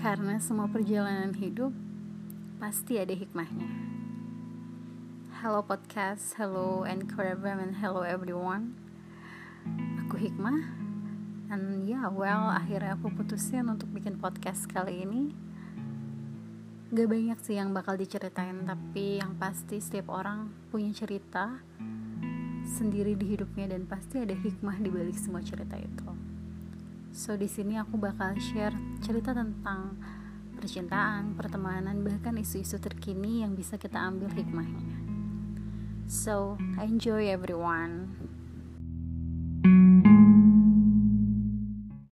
Karena semua perjalanan hidup pasti ada hikmahnya. Hello podcast, hello Anchor FM, and hello everyone. Aku Hikmah. And akhirnya aku putusin untuk bikin podcast kali ini. Gak banyak sih yang bakal diceritain, tapi yang pasti setiap orang punya cerita sendiri di hidupnya dan pasti ada hikmah di balik semua cerita itu. So di sini aku bakal share cerita tentang percintaan, pertemanan, bahkan isu-isu terkini yang bisa kita ambil hikmahnya. So enjoy everyone.